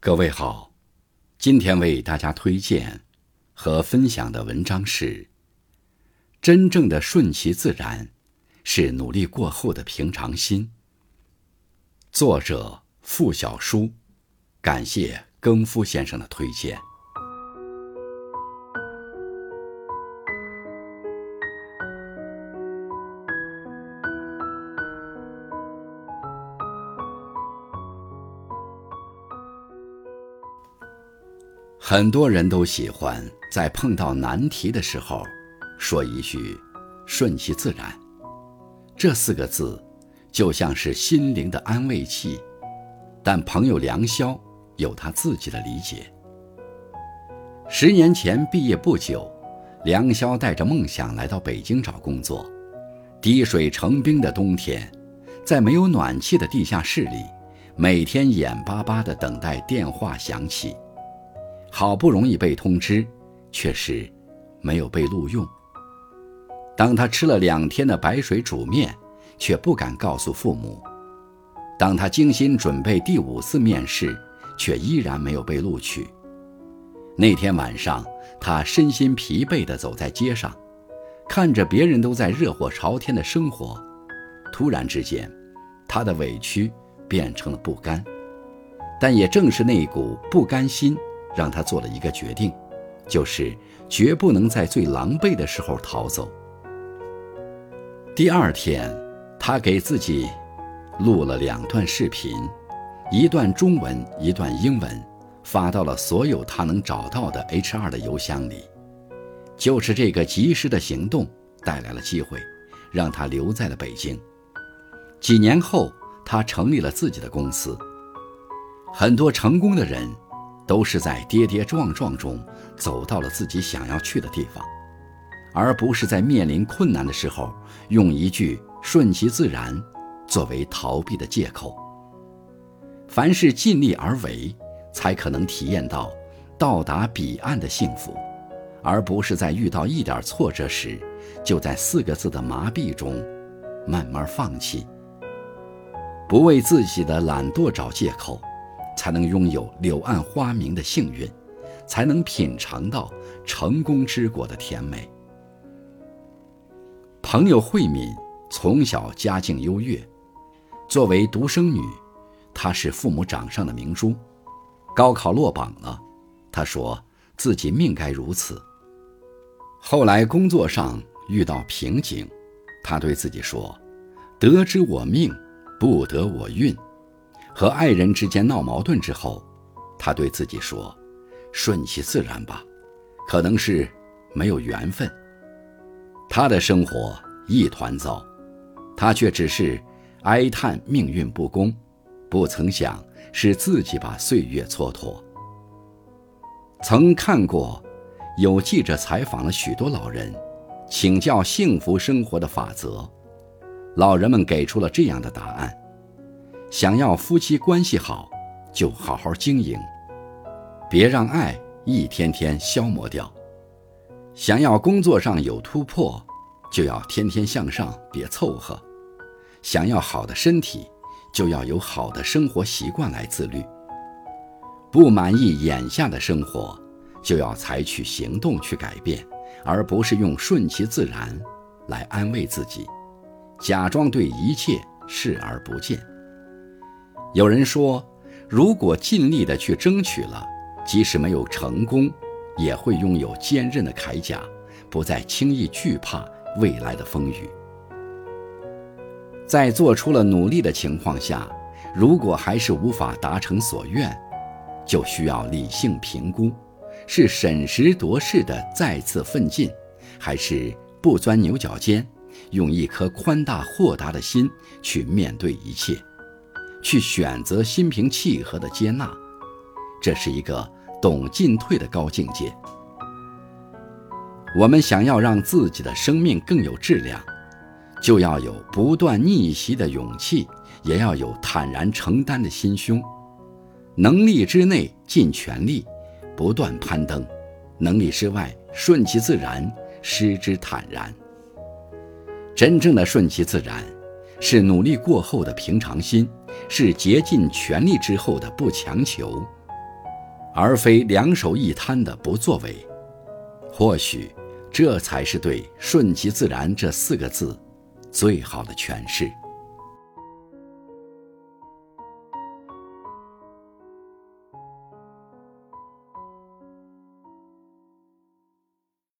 各位好，今天为大家推荐和分享的文章是真正的顺其自然是努力过后的平常心。作者付小书，感谢更夫先生的推荐。很多人都喜欢在碰到难题的时候说一句顺其自然，这4个字就像是心灵的安慰剂，但朋友梁霄有他自己的理解。10年前毕业不久，梁霄带着梦想来到北京找工作。滴水成冰的冬天，在没有暖气的地下室里，每天眼巴巴地等待电话响起。好不容易被通知，却是没有被录用。当他吃了2天的白水煮面，却不敢告诉父母。当他精心准备第5次面试，却依然没有被录取。那天晚上，他身心疲惫地走在街上，看着别人都在热火朝天的生活，突然之间，他的委屈变成了不甘。但也正是那股不甘心，让他做了一个决定，就是绝不能在最狼狈的时候逃走。第2天，他给自己录了2段视频，一段中文，一段英文，发到了所有他能找到的 HR 的邮箱里。就是这个及时的行动带来了机会，让他留在了北京。几年后，他成立了自己的公司。很多成功的人都是在跌跌撞撞中走到了自己想要去的地方，而不是在面临困难的时候用一句顺其自然作为逃避的借口。凡是尽力而为，才可能体验到达彼岸的幸福，而不是在遇到一点挫折时，就在4个字的麻痹中慢慢放弃。不为自己的懒惰找借口，才能拥有柳暗花明的幸运，才能品尝到成功之果的甜美。朋友慧敏从小家境优越，作为独生女，她是父母掌上的明珠。高考落榜了，她说自己命该如此。后来工作上遇到瓶颈，她对自己说，得之我命，不得我运。和爱人之间闹矛盾之后，他对自己说，顺其自然吧，可能是没有缘分。他的生活一团糟，他却只是哀叹命运不公，不曾想是自己把岁月蹉跎。曾看过有记者采访了许多老人，请教幸福生活的法则，老人们给出了这样的答案：想要夫妻关系好，就好好经营，别让爱一天天消磨掉；想要工作上有突破，就要天天向上，别凑合；想要好的身体，就要有好的生活习惯来自律；不满意眼下的生活，就要采取行动去改变，而不是用顺其自然来安慰自己，假装对一切视而不见。有人说，如果尽力地去争取了，即使没有成功，也会拥有坚韧的铠甲，不再轻易惧怕未来的风雨。在做出了努力的情况下，如果还是无法达成所愿，就需要理性评估，是审时度势的再次奋进，还是不钻牛角尖，用一颗宽大豁达的心去面对一切，去选择心平气和的接纳。这是一个懂进退的高境界。我们想要让自己的生命更有质量，就要有不断逆袭的勇气，也要有坦然承担的心胸。能力之内尽全力，不断攀登；能力之外顺其自然，失之坦然。真正的顺其自然，是努力过后的平常心，是竭尽全力之后的不强求， 而非两手一摊的不作为。或许这才是对顺其自然这4个字最好的诠释。